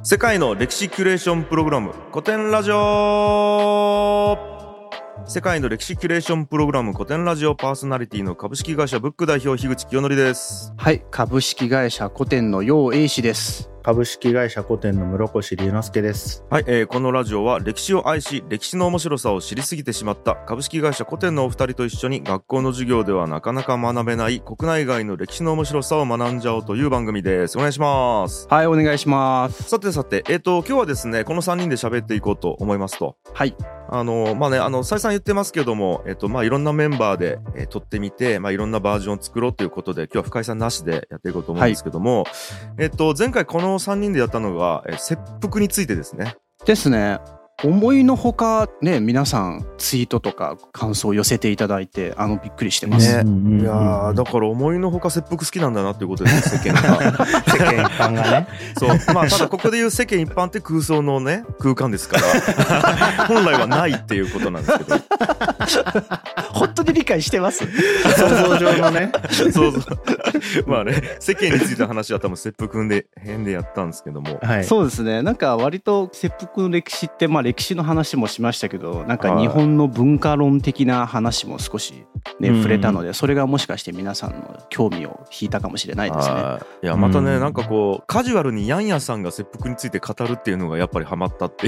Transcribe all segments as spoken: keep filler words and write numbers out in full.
世界の歴史キュレーションプログラム古典ラジオ。世界の歴史キュレーションプログラム古典ラジオパーソナリティの株式会社ブック代表樋口清則です。 はい、株式会社古典の楊英氏です。 株式会社古典の室越龍之介です。 はい、えー、このラジオは歴史を愛し歴史の面白さを知りすぎてしまった株式会社古典のお二人と一緒に学校の授業ではなかなか学べない国内外の歴史の面白さを学んじゃおうという番組です。お願いします。 はい、お願いします。 さてさて、えーと今日はですねこのさんにんで喋っていこうと思いますと。 はい、 あのまあねあの再三言ってますけども、えっとまあいろんなメンバーで、えー、撮ってみて、まあいろんなバージョンを作ろうということで今日は深井さんなしでやっていこうと思うんですけども、はい、えっと前回このさんにんでやったのが、えー、切腹についてですね。 ですね。思いのほかね、皆さんツイートとか感想を寄せていただいて、あのびっくりしてます、 ね、いやだから思いのほか切腹好きなんだなっていうことです世間が世間一般がねそうまあただここでいう世間一般って空想のね空間ですから本来はないっていうことなんですけど本当に理解してます想像上のねそうそうまあね世間についての話は多分切腹で編でやったんですけども、 はい、そうですね。なんか割と切腹の歴史ってまあ歴史の話もしましたけど、なんか日本の文化論的な話も少しね、はい、触れたので、それがもしかして皆さんの興味を引いたかもしれないですね。 いやまたね、なんかこうカジュアルにヤンヤさんが切腹について語るっていうのがやっぱりハマったって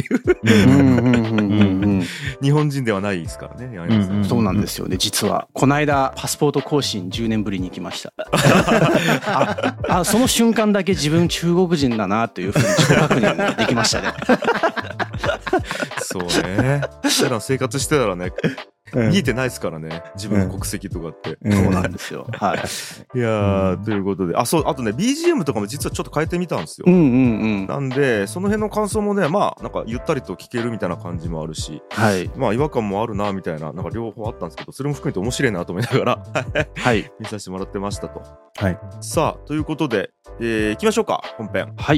いう日本人ではないですからねヤンヤさん、うんうん、 そうなんですよね。実はこの間パスポート更新じゅうねんぶりに行きましたああその瞬間だけ自分中国人だなというふうに自己確認できましたねそうね。普段生活してたらね、うん、見えてないですからね、自分の国籍とかって、 うん、そうなんですよ。はい。 いやー、うん、ということで、あ、そう、あとね ビージーエム とかも実はちょっと変えてみたんですよ。 うんうんうん。 なんでその辺の感想もね、まあなんかゆったりと聞けるみたいな感じもあるし、はい。まあ違和感もあるなみたいな、なんか両方あったんですけど、それも含めて面白いなと思いながらはい、見させてもらってましたと。はい。さあということで、えー、行きましょうか本編。 はい。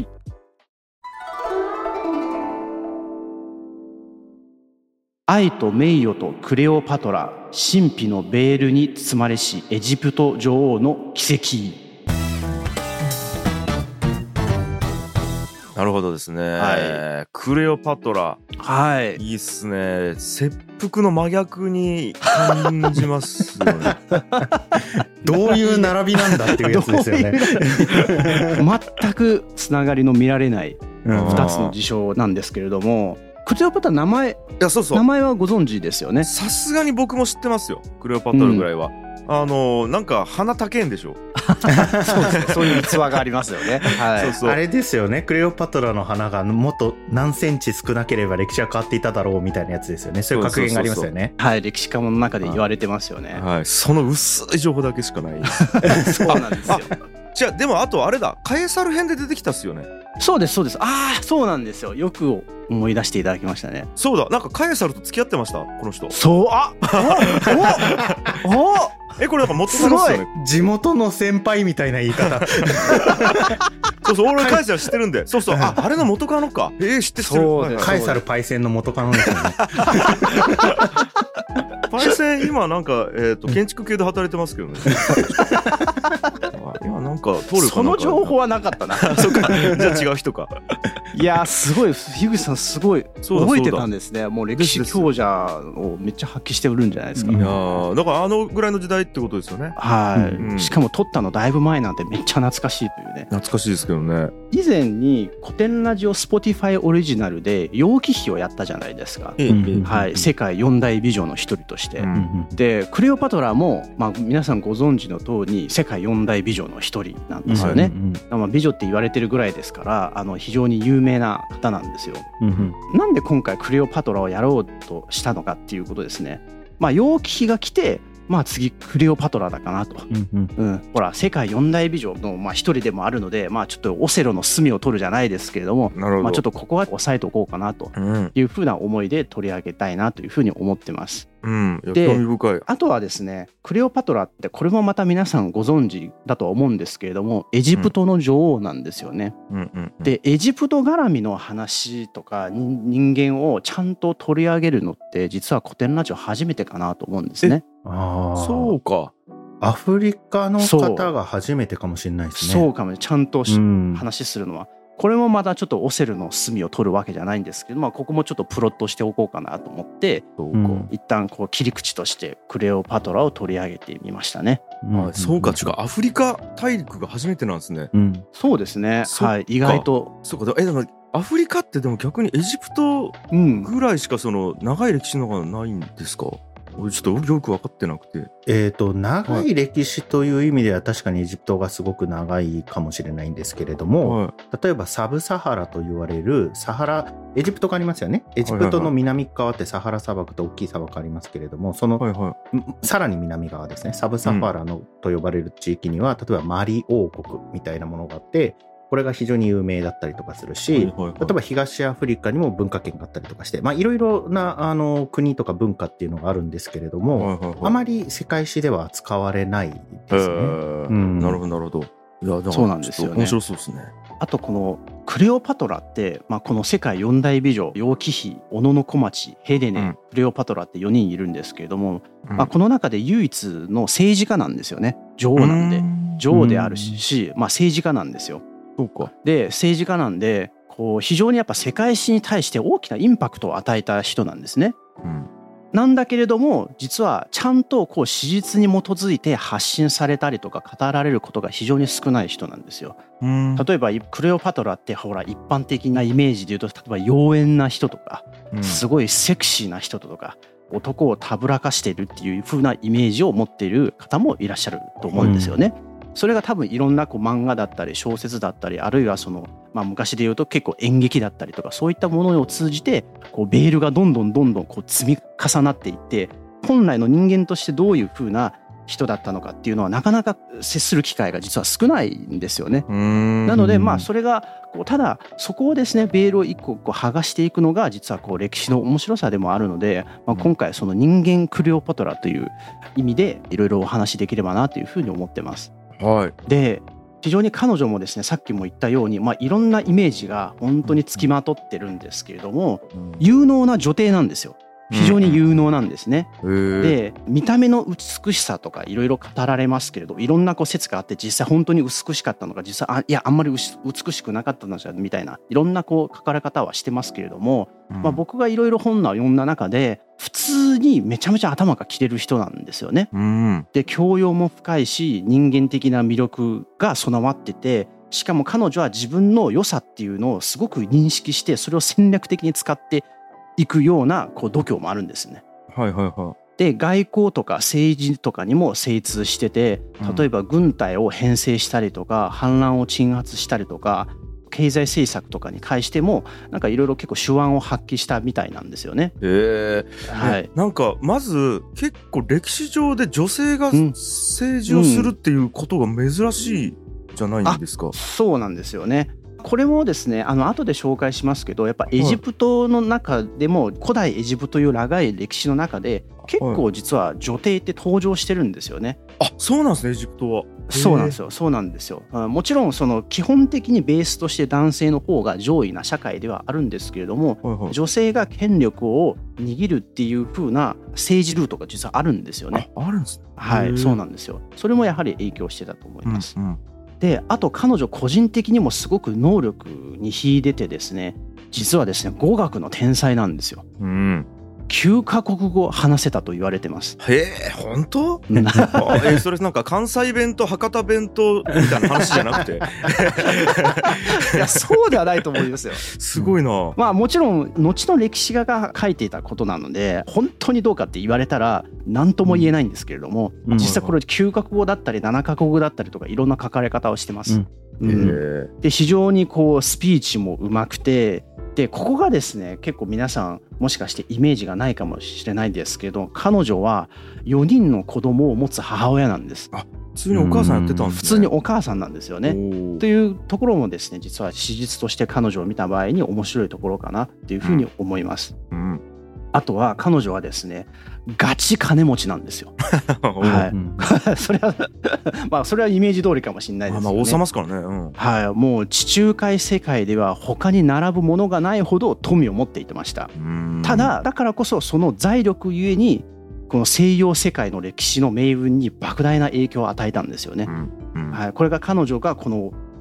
愛と名誉とクレオパトラ、神秘のベールに包まれしエジプト女王の奇跡。 なるほどですね、はい、クレオパトラ、はい、いいっすね。切腹の真逆に感じますよねどういう並びなんだっていうやつですよね全くつながりの見られないふたつの事象なんですけれども、クレオパトラ名前、いやそうそう名前はご存知ですよね。 さすがに僕も知ってますよクレオパトラぐらいは、うん、あのなんか鼻高えんでしょそうですね、そういう逸話がありますよね、はい、 そうそうあれですよね。クレオパトラの花がもっと何センチ少なければ歴史は変わっていただろうみたいなやつですよね。そういう格言がありますよね。 はい、歴史家の中で言われてますよね。 はい、その薄い情報だけしかないそうなんですよ。 じゃあでもあとあれだ、カエサル編で出てきたっすよね。 そうですそうです。ああそうなんですよ。よく思い出していただきましたね。 そうだ、なんかカエサルと付き合ってましたこの人。 そう、あおおおえこれなんか元カノっすよね。 地元の先輩みたいな言い方そうそう、俺カエサル知ってるんでそうそう、ああれの元カノか。えー、知ってる。 そうです。カエサルパイセンの元カノですよねパイセン今なんか、えー、と建築系で働いてますけどね今なんか通るかな。 その情報はなかったなそうか、じゃあ違う人かいやすごい、樋口さんすごい覚えてたんですね。もう歴史強者をめっちゃ発揮してるんじゃないですか。 いやだからあのぐらいの時代ってことですよね。 はい、うん、しかも撮ったのだいぶ前なんてめっちゃ懐かしいというね。 懐かしいですけどね。 以前に古典ラジオ Spotify オリジナルで楊貴妃をやったじゃないですか、うん、はい、世界四大美女の一人として、うん、でクレオパトラも、まあ、皆さんご存知の通り世界四大美女の一人なんですよね、うんうん、まあ、美女って言われてるぐらいですからあの非常に有名な方なんですよ、うんうん、なんで今回クレオパトラをやろうとしたのかっていうことですね。まあ楊貴妃が来て、まあ次クレオパトラだかなと、うんうんうん、ほら世界四大美女のまあ一人でもあるので、まあちょっとオセロの隅を取るじゃないですけれども、まあちょっとここは抑えておこうかなというふうな思いで取り上げたいなというふうに思ってます。 うん、で興味深い。 あとはですね、クレオパトラってこれもまた皆さんご存知だとは思うんですけれども、エジプトの女王なんですよね、うんうんうんうん、でエジプト絡みの話とか人間をちゃんと取り上げるのって実は古典ラジオ初めてかなと思うんですね。 ああそうか、 アフリカの方が初めてかもしれないですね。 そうかも、ちゃんと話するのは。 これもまたちょっとオセロの隅を取るわけじゃないんですけど、まあ、ここもちょっとプロットしておこうかなと思って、うん、一旦こう切り口としてクレオパトラを取り上げてみましたね。 うん、そうか、違う、アフリカ大陸が初めてなんですね。 うん、そうですね、はい、意外と。 そうか、え、だからアフリカってでも逆にエジプトぐらいしかその長い歴史のがないんですか？俺ちょっとよく分かってなくて。 えっと、長い歴史という意味では確かにエジプトがすごく長いかもしれないんですけれども、はい、例えばサブサハラと言われるサハラ、エジプトがありますよね。エジプトの南側ってサハラ砂漠と大きい砂漠ありますけれども、その、はいはい、さらに南側ですね、サブサハラのと呼ばれる地域には、うん、例えばマリ王国みたいなものがあって、これが非常に有名だったりとかするし、はいはいはい、例えば東アフリカにも文化圏があったりとかして、まあいろいろなあの国とか文化っていうのがあるんですけれども、はいはいはい、あまり世界史では使われないですね。 うん、なるほどなるほど。いや、 そうなんですよね。 面白そうですね。 あとこのクレオパトラって、まあ、この世界四大美女、楊貴妃、小野小町、ヘレネ、うん、クレオパトラってよにんいるんですけれども、うん、まあ、この中で唯一の政治家なんですよね。女王なんで、女王であるし、まあ、政治家なんですよ。 そうか。 で政治家なんでこう非常にやっぱ世界史に対して大きなインパクトを与えた人なんですね。うん、なんだけれども実はちゃんとこう史実に基づいて発信されたりとか語られることが非常に少ない人なんですよ。うん、例えばクレオパトラってほら一般的なイメージで言うと、例えば妖艶な人とか、うん、すごいセクシーな人とか男をたぶらかしているっていう風なイメージを持っている方もいらっしゃると思うんですよね。うん、それが多分いろんなこう漫画だったり小説だったり、あるいはその、まあ、昔で言うと結構演劇だったりとか、そういったものを通じてこうベールがどんどんどんどんこう積み重なっていって、本来の人間としてどういう風な人だったのかっていうのはなかなか接する機会が実は少ないんですよね。なのでまあそれがこうただそこをですねベールを一個こう剥がしていくのが実はこう歴史の面白さでもあるので、まあ、今回その人間クレオパトラという意味でいろいろお話しできればなというふうに思ってます。 はい、 で非常に彼女もですねさっきも言ったように、まあ、いろんなイメージが本当につきまとってるんですけれども、うん、有能な女帝なんですよ。非常に有能なんですね。うん、で見た目の美しさとかいろいろ語られますけれど、いろんなこう説があって、実際本当に美しかったのか、実際あいやあんまり美しくなかったのじゃみたいないろんなこう書かれ方はしてますけれども、うん、まあ、僕がいろいろ本を読んだ中で普通にめちゃめちゃ頭が切れる人なんですよね。うん、で教養も深いし人間的な魅力が備わってて、しかも彼女は自分の良さっていうのをすごく認識して、それを戦略的に使っていくようなこう度胸もあるんですね。 はいはいはい。 で外交とか政治とかにも精通してて、例えば軍隊を編成したりとか、反乱を鎮圧したりとか、経済政策とかに関してもなんかいろいろ結構手腕を発揮したみたいなんですよね。 へえ、はい。なんかまず結構歴史上で女性が政治をするっていうことが珍しいじゃないんですか。うんうん、 そうなんですよね。これもですね、あの後で紹介しますけど、やっぱエジプトの中でも古代エジプトという長い歴史の中で結構実は女帝って登場してるんですよね。 あ、そうなんですね、エジプトは。 そうなんですよ、そうなんですよ。もちろんその基本的にベースとして男性の方が上位な社会ではあるんですけれども、はいはい、女性が権力を握るっていう風な政治ルートが実はあるんですよね。 あ、あるんですね。 はい、そうなんですよ。それもやはり影響してたと思います。うんうん、であと彼女個人的にもすごく能力に秀でてですね、実はですね語学の天才なんですよ。うん、きゅうカ国語話せたと言われてます。 へえ、本当？え、それなんか関西弁と博多弁とみたいな話じゃなくていやそうではないと思いますよ。 すごいな、うん、 まあもちろん後の歴史画が書いていたことなので本当にどうかって言われたら何とも言えないんですけれども、うん、実際これきゅうカ国語だったりななカ国語だったりとかいろんな書かれ方をしてます。うんうん、で非常にこうスピーチもうまくて、でここがですね結構皆さんもしかしてイメージがないかもしれないんですけど、彼女はよにんの子供を持つ母親なんです。 あ、普通にお母さんやってたんですね。 普通にお母さんなんですよね。というところもですね実は史実として彼女を見た場合に面白いところかなっていうふうに思います。うんうん、あとは彼女はですねガチ金持ちなんですよ。はい、それはまあそれはイメージ通りかもしれないですよね。 まあ王様ですからね。うん、 はい、もう地中海世界では他に並ぶものがないほど富を持っていてました。ただだからこそその財力ゆえにこの西洋世界の歴史の命運に莫大な影響を与えたんですよね。うんうん、はい、これが彼女がこの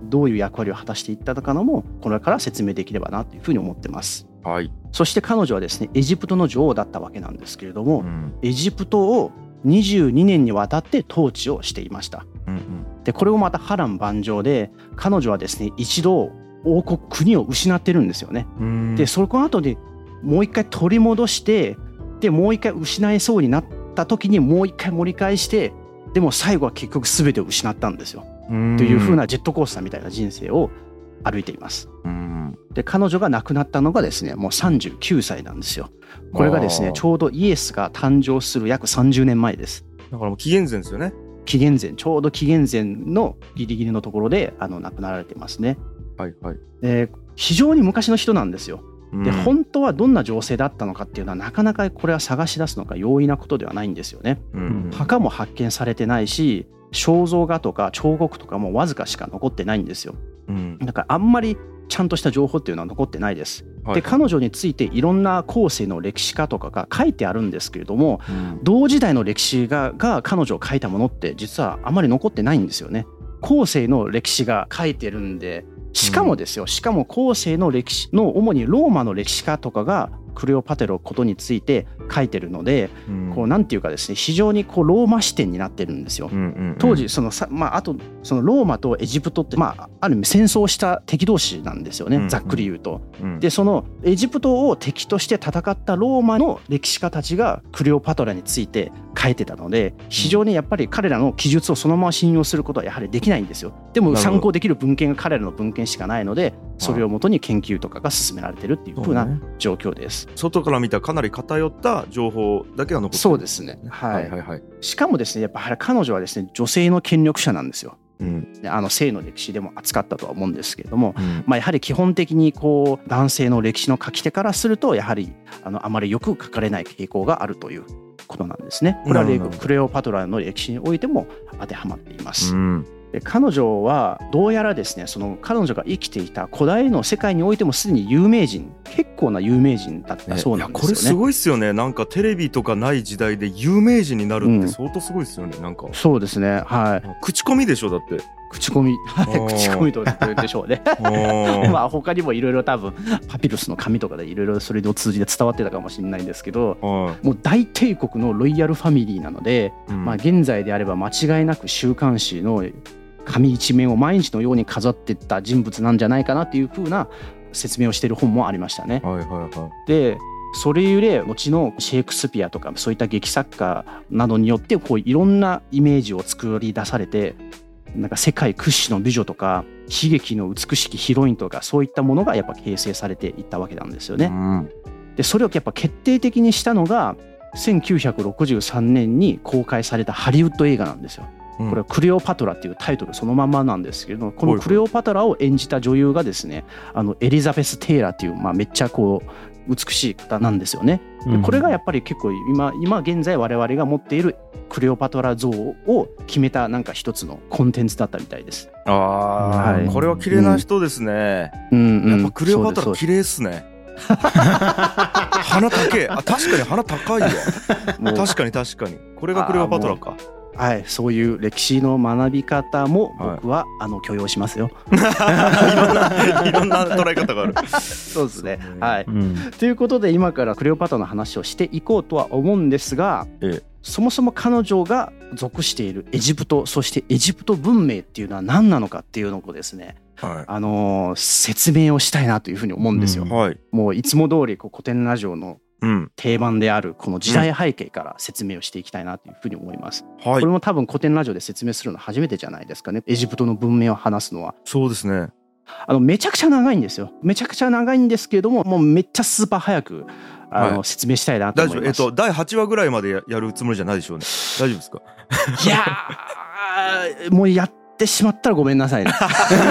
どういう役割を果たしていったのかのもこれから説明できればなというふうに思ってます。 はい、 そして彼女はですねエジプトの女王だったわけなんですけれども、うん、エジプトをにじゅうにねんにわたって統治をしていました、うんうん、でこれもまた波乱万丈で彼女はですね一度王国国を失ってるんですよね。でその後でもう一回取り戻してでもう一回失いそうになった時にもう一回盛り返してでも最後は結局全てを失ったんですよという風なジェットコースターみたいな人生を歩いています。で彼女が亡くなったのがですねもうさんじゅうきゅうさいなんですよ。これがですねちょうどイエスが誕生する約さんじゅうねんまえです。 だからもう紀元前ですよね。 紀元前ちょうど紀元前のギリギリのところであの亡くなられてますね。 はいはい。 で非常に昔の人なんですよ。で本当はどんな情勢だったのかっていうのはなかなかこれは探し出すのが容易なことではないんですよね、うん、墓も発見されてないし肖像画とか彫刻とかもわずかしか残ってないんですよ、うん、だからあんまりちゃんとした情報っていうのは残ってないです、はい、で彼女についていろんな後世の歴史家とかが書いてあるんですけれども、うん、同時代の歴史がが彼女を書いたものって実はあまり残ってないんですよね。後世の歴史が書いてるんでしかもですよ、しかも後世の歴史の主にローマの歴史家とかがクレオパトラのことについて書いてるので、うん、こうなんていうかですね非常にこうローマ視点になってるんですよ、うんうんうん、当時そのさ、まあ、あとそのローマとエジプトって、まあ、ある意味戦争した敵同士なんですよね、うんうん、ざっくり言うと、うん、でそのエジプトを敵として戦ったローマの歴史家たちがクレオパトラについて書いてたので非常にやっぱり彼らの記述をそのまま信用することはやはりできないんですよ。でも参考できる文献が彼らの文献しかないのでそれをもとに研究とかが進められてるっていう風な状況です。 外から見たかなり偏った情報だけが残ってる。 そうですね、はいはいはい、しかもですねやっぱ彼女はですね女性の権力者なんですよ、うん、あの性の歴史でも扱ったとは思うんですけれども、うんまあ、やはり基本的にこう男性の歴史の書き手からするとやはり あのあまりよく書かれない傾向があるということなんですね。これはクレオパトラの歴史においても当てはまっています、うんで彼女はどうやらですねその彼女が生きていた古代の世界においてもすでに有名人結構な有名人だったそうなんですよね。 いやこれすごいっすよね。なんかテレビとかない時代で有名人になるって相当すごいっすよね、うん、なんかそうですねはい口コミでしょだって口コミ口コミと言うでしょうねまあ他にもいろいろ多分パピルスの紙とかでいろいろそれの通じで伝わってたかもしれないんですけどもう大帝国のロイヤルファミリーなので、うんまあ、現在であれば間違いなく週刊誌の紙一面を毎日のように飾っていった人物なんじゃないかなっていう風な説明をしている本もありましたね、はいはいはい、でそれゆえ後のシェイクスピアとかそういった劇作家などによってこういろんなイメージを作り出されてなんか世界屈指の美女とか悲劇の美しきヒロインとかそういったものがやっぱ形成されていったわけなんですよね、うん、でそれをやっぱ決定的にしたのがせんきゅうひゃくろくじゅうさんねんに公開されたハリウッド映画なんですよ。これはクレオパトラっていうタイトルそのままなんですけれどもこのクレオパトラを演じた女優がですねあのエリザベス・テイラーっていう、まあ、めっちゃこう美しい方なんですよね。でこれがやっぱり結構今今現在我々が持っているクレオパトラ像を決めたなんか一つのコンテンツだったみたいです。 あ、はい、これは綺麗な人ですね、うんうん、やっぱクレオパトラ綺麗っすね鼻高い。あ確かに鼻高いわ確かに確かにこれがクレオパトラか。 はい、そういう歴史の学び方も僕は、はい、あの許容しますよいろんないろんな捉え方があるそうですね、はい、うん、ということで今からクレオパトラの話をしていこうとは思うんですが、ええ、そもそも彼女が属しているエジプトそしてエジプト文明っていうのは何なのかっていうのをですね、はい、あのー、説明をしたいなというふうに思うんですよ、うん、はい、もういつも通りこう古典ラジオの定番であるこの時代背景から説明をしていきたいなというふうに思います、うん、これも多分古典ラジオで説明するの初めてじゃないですかね。エジプトの文明を話すのは。 そうですね。 あのめちゃくちゃ長いんですよ。めちゃくちゃ長いんですけれどももうめっちゃスーパー早くあの、はい、説明したいなと思います。 大丈夫、えっと、だいはちわぐらいまで や, やるつもりじゃないでしょうね。大丈夫ですかいやーもうやってしまったらごめんなさいねわか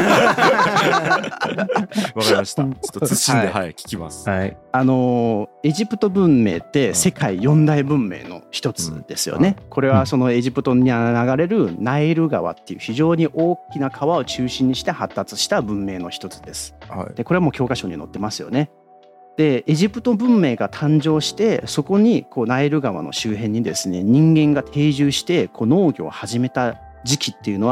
りました。ちょっと謹んで、はいはい、聞きます、はい、 あのエジプト文明って世界四大文明の一つですよね、うん、これはそのエジプトに流れるナイル川っていう非常に大きな川を中心にして発達した文明の一つです、はい、でこれはもう教科書に載ってますよね。でエジプト文明が誕生してそこにこうナイル川の周辺にですね人間が定住してこう農業を始めた時期っていうのは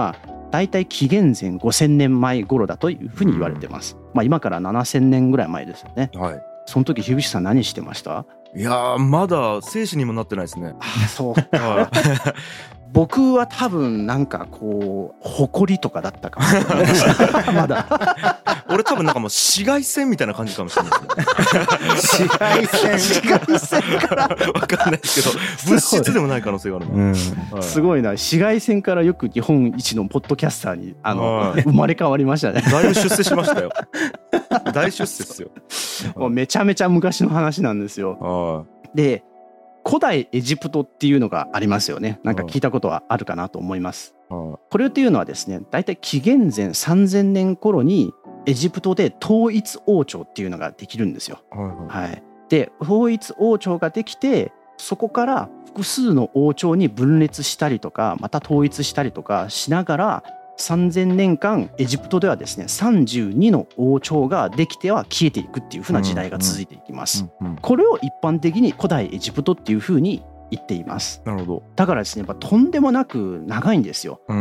だいたい紀元前ごせんねんまえ頃だというふうに言われてます、うん、まあ今からななせんねんぐらい前ですよね。はい。その時樋口さん何してました？ いやーまだ生死にもなってないですね。 あ、そうか。僕は多分なんかこう誇りとかだったかもしれないですまだ俺多分なんかもう紫外線みたいな感じかもしれない紫外線紫外線から分かんないですけど物質でもない可能性があるな、うんはい、すごいな。紫外線からよく日本一のポッドキャスターにあの生まれ変わりましたね。 だいぶ出世しましたよ。大出世っすよ。 もうめちゃめちゃ昔の話なんですよ。で古代エジプトっていうのがありますよね。なんか聞いたことはあるかなと思います。これっていうのはですね、だいたい紀元前さんぜんねん頃にエジプトで統一王朝っていうのができるんですよ。はいはい、で統一王朝ができて、そこから複数の王朝に分裂したりとかまた統一したりとかしながらさんぜんねんかんエジプトではですねさんじゅうにの王朝ができては消えていくっていう風な時代が続いていきます。これを一般的に古代エジプトっていう風に言っています。 なるほど。 だからですね、やっぱとんでもなく長いんですよ。うん、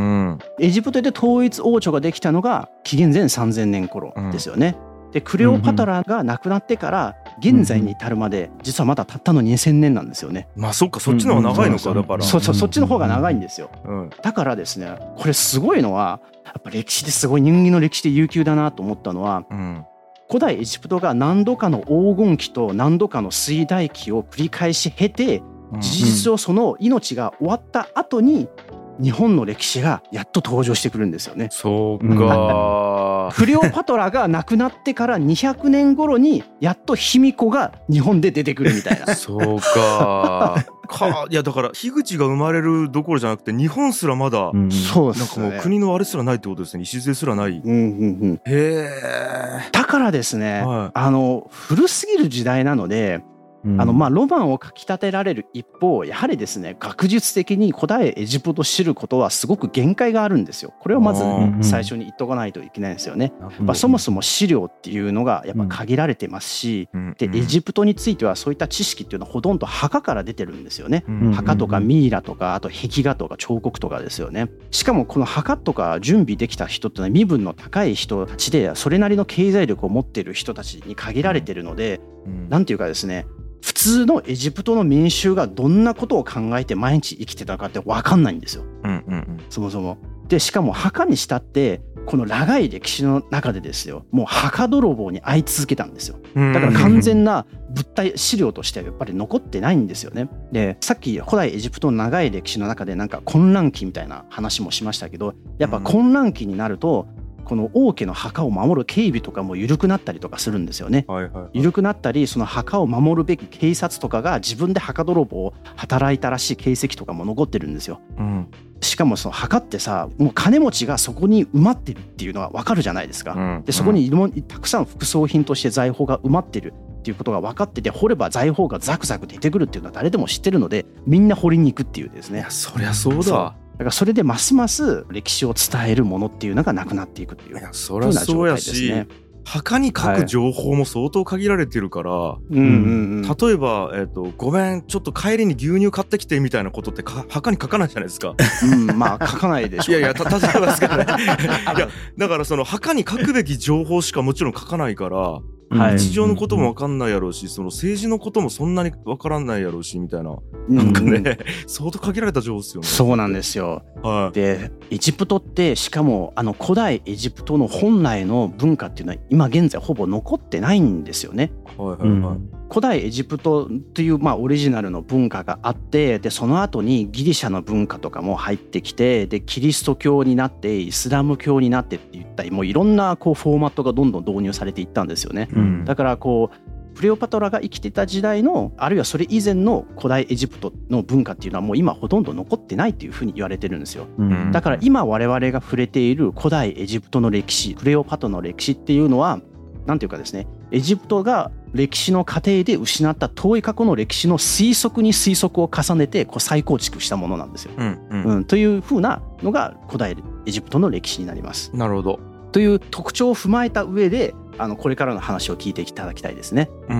エジプトで統一王朝ができたのが紀元前さんぜんねん頃ですよね。うん、でクレオパトラが亡くなってから現在に至るまで実はまだたったのにせんねんなんですよね。 まあそっか、そっちの方が長いのか。だからそうそう、そっちの方が長いんですよ。うん、だからですね、これすごいのはやっぱ歴史ですごい、人間の歴史で悠久だなと思ったのは、うん、古代エジプトが何度かの黄金期と何度かの衰退期を繰り返し経て、事実上その命が終わった後に日本の歴史がやっと登場してくるんですよね。 そうか。 クレオパトラが亡くなってからにひゃくねん頃にやっと卑弥呼が日本で出てくるみたいな。 そうか。かいやだから樋口が生まれるどころじゃなくて日本すらまだ、うん、そうですね、なんかもう国のあれすらないってことですね。礎すらない。うんうんうん、へえ。 だからですね、はい、あの古すぎる時代なので。あのまあロマンをかきたてられる一方、やはりですね学術的に古代エジプトを知ることはすごく限界があるんですよ。これをまず最初に言っとかないといけないんですよね。まあ、そもそも資料っていうのがやっぱ限られてますし、でエジプトについてはそういった知識っていうのはほとんど墓から出てるんですよね。墓とかミイラとかあと壁画とか彫刻とかですよね。しかもこの墓とか準備できた人っていうのは身分の高い人たちで、それなりの経済力を持っている人たちに限られてるので、なんていうかですね、普通のエジプトの民衆がどんなことを考えて毎日生きてたかって分かんないんですよ、うんうんうん、そもそも。でしかも墓にしたってこの長い歴史の中でですよ、もう墓泥棒に遭い続けたんですよ。だから完全な物体資料としてはやっぱり残ってないんですよね。でさっき古代エジプトの長い歴史の中でなんか混乱期みたいな話もしましたけど、やっぱ混乱期になるとこの王家の墓を守る警備とかも緩くなったりとかするんですよね、はいはいはい、緩くなったり、その墓を守るべき警察とかが自分で墓泥棒を働いたらしい形跡とかも残ってるんですよ、うん、しかもその墓ってさ、もう金持ちがそこに埋まってるっていうのは分かるじゃないですか、うん、でそこにたくさん副葬品として財宝が埋まってるっていうことが分かってて、掘れば財宝がザクザク出てくるっていうのは誰でも知ってるので、みんな掘りに行くっていうですね。いやそりゃそうだ。そうだからそれでますます歴史を伝えるものっていうのがなくなっていくっていう風な状態ですね。そりゃそうやし、 墓に書く情報も相当限られてるから、はいうんうんうん、例えば、えーと、ごめんちょっと帰りに牛乳買ってきてみたいなことってか墓に書かないじゃないですか、 うん、まあ書かないでしょう、ね、 いやいやた例えばですからねいやだからその墓に書くべき情報しかもちろん書かないから、はい、日常のことも分かんないやろうし、その政治のこともそんなに分からないやろうしみたいな、なんかね、うん、相当限られた情報ですよね。 そうなんですよ、はい、でエジプトってしかもあの古代エジプトの本来の文化っていうのは今現在ほぼ残ってないんですよね、はいはいはい、うん古代エジプトというまあオリジナルの文化があって、でその後にギリシャの文化とかも入ってきて、でキリスト教になってイスラム教になってっていったもういろんなこうフォーマットがどんどん導入されていったんですよね、うん、だからこうクレオパトラが生きてた時代のあるいはそれ以前の古代エジプトの文化っていうのはもう今ほとんど残ってないっていうふうに言われてるんですよ、うん、だから今我々が触れている古代エジプトの歴史、クレオパトラの歴史っていうのはなんていうかですね、エジプトが歴史の過程で失った遠い過去の歴史の推測に推測を重ねてこう再構築したものなんですよ、うんうんうん、というふうなのが古代エジプトの歴史になります。 なるほど。 という特徴を踏まえた上であのこれからの話を聞いていただきたいですね、うん、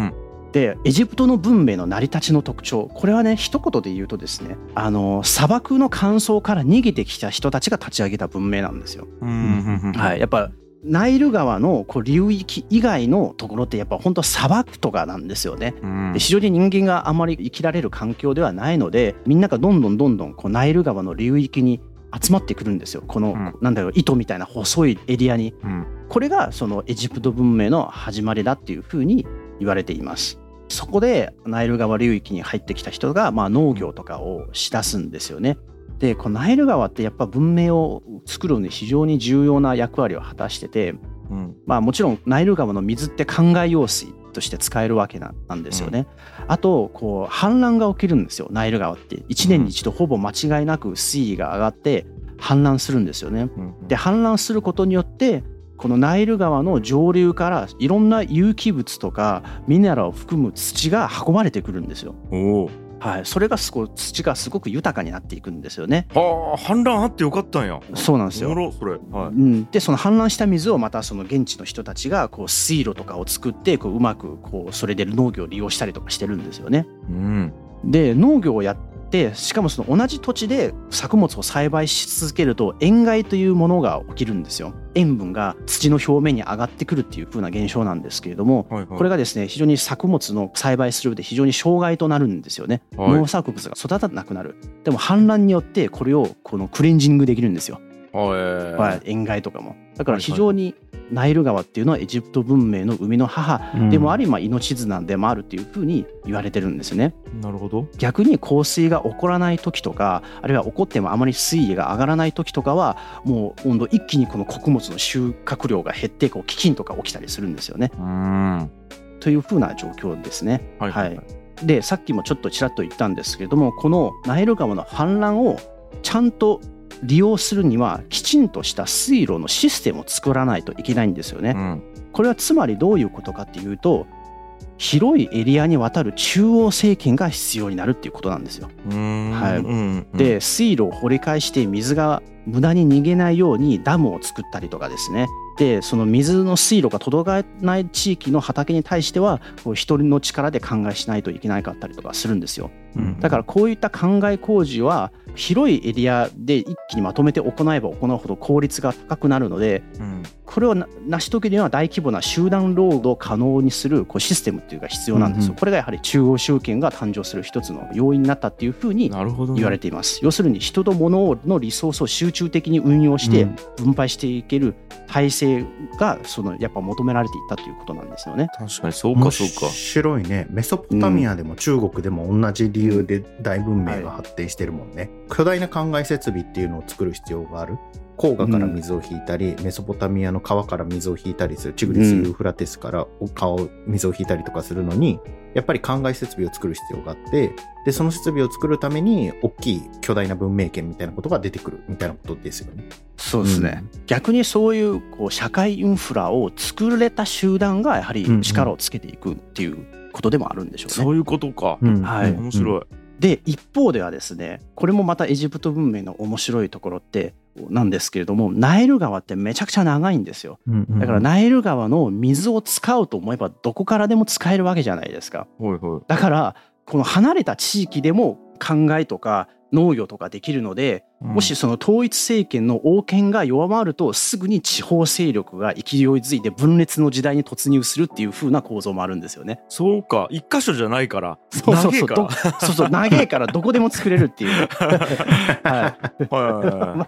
でエジプトの文明の成り立ちの特徴、これはね一言で言うとですね、あの砂漠の乾燥から逃げてきた人たちが立ち上げた文明なんですよ。はい、やっぱナイル川のこう流域以外のところってやっぱ本当砂漠とかなんですよね。で非常に人間があまり生きられる環境ではないので、みんながどんどんどんどんこうナイル川の流域に集まってくるんですよ。この、うん、なんだろう糸みたいな細いエリアに、うん、これがそのエジプト文明の始まりだっていうふうに言われています。そこでナイル川流域に入ってきた人がまあ農業とかをしだすんですよね。でこのナイル川ってやっぱ文明を作るのに非常に重要な役割を果たしてて、うん、まあもちろんナイル川の水って灌漑用水として使えるわけなんですよね。うん、あとこう氾濫が起きるんですよ。ナイル川っていちねんに一度ほぼ間違いなく水位が上がって氾濫するんですよね。で氾濫することによってこのナイル川の上流からいろんな有機物とかミネラルを含む土が運ばれてくるんですよ。おはい、それがすごい土がすごく豊かになっていくんですよね。 はあ、氾濫あってよかったんや。 そうなんですよ。 それ、はい、 うん、でその氾濫した水をまたその現地の人たちがこう水路とかを作ってこううまくこうそれで農業を利用したりとかしてるんですよね。うん、で農業をやってしかもその同じ土地で作物を栽培し続けると塩害というものが起きるんですよ。塩分が土の表面に上がってくるっていう風な現象なんですけれども、はいはい、これがですね非常に作物の栽培する上で非常に障害となるんですよね。はい、農作物が育たなくなる。でも氾濫によってこれをこのクレンジングできるんですよ。はい、塩害とかも。だから非常にナイル川っていうのはエジプト文明の生みの母でもあり、まあ命綱でもあるっていうふうに言われてるんですね。 なるほど。 逆に降水が起こらない時とか、あるいは起こってもあまり水位が上がらない時とかはもう温度一気にこの穀物の収穫量が減ってこう飢饉とか起きたりするんですよね。うーんというふうな状況ですね。はいはいはい、でさっきもちょっとちらっと言ったんですけれども、このナイル川の氾濫をちゃんと利用するにはきちんとした水路のシステムを作らないといけないんですよね。うん、これはつまりどういうことかっていうと、広いエリアにわたる中央政権が必要になるっていうことなんですよ。はい、で水路を掘り返して水が無駄に逃げないようにダムを作ったりとかですね。でその水の水路が届かない地域の畑に対してはこう一人の力で灌漑しないといけなかったりとかするんですよ。うん、だからこういった灌漑工事は広いエリアで一気にまとめて行えば行うほど効率が高くなるので、うん、これを成し遂げるには大規模な集団労働を可能にするこうシステムっていうのが必要なんですよ。うんうん、これがやはり中央集権が誕生する一つの要因になったっていうふうに言われています。ね、要するに人と物のリソースを集中的に運用して分配していける体制がそのやっぱ求められていったということなんですよね。 確かにそうかそうか。 面白いね。メソポタミアでも中国でも同じ理由で大文明が発展してるもんね。うん、巨大な灌漑設備っていうのを作る必要がある。黄河から水を引いたり、うん、メソポタミアの川から水を引いたりする、チグリス・ユーフラテスから川を水を引いたりとかするのに、やっぱり灌漑設備を作る必要があって、でその設備を作るために大きい巨大な文明圏みたいなことが出てくるみたいなことですよね。 そうですね。うん、逆にそういう、こう社会インフラを作れた集団がやはり力をつけていくっていうことでもあるんでしょうね。 そういうことか。 うん、はい。 面白い。 で一方ではですね、これもまたエジプト文明の面白いところってなんですけれども、ナイル川ってめちゃくちゃ長いんですよ。うんうん、だからナイル川の水を使おうと思えばどこからでも使えるわけじゃないですか。はいはい、だからこの離れた地域でも灌漑とか農業とかできるので、うん、もしその統一政権の王権が弱まるとすぐに地方勢力が勢いづいて分裂の時代に突入するっていう風な構造もあるんですよね。 そうか、一箇所じゃないから。 そうそうそう、長いからそうそう長いからどこでも作れるっていう。はい、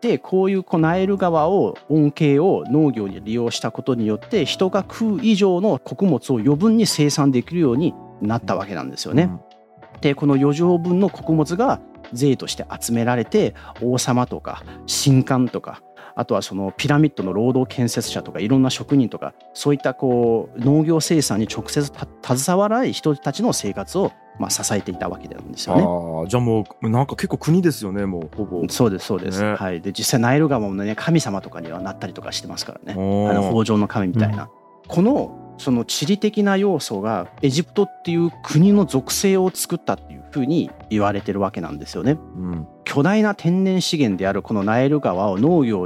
でこういうこうナイル川を恩恵を農業に利用したことによって人が食う以上の穀物を余分に生産できるようになったわけなんですよね。うん、でこの余剰分の穀物が税として集められて、王様とか神官とか、あとはそのピラミッドの労働建設者とかいろんな職人とか、そういったこう農業生産に直接携わらない人たちの生活をまあ支えていたわけなんですよね。 ああ、じゃあもうなんか結構国ですよね、もうほぼ。 そうですそうです。ね、はい。で実際ナイル川もね神様とかにはなったりとかしてますからね。あの豊穣の神みたいな。うん、このその地理的な要素がエジプトっていう国の属性を作ったっていうふうに言われてるわけなんですよね。うん、巨大な天然資源であるこのナイル川を農業に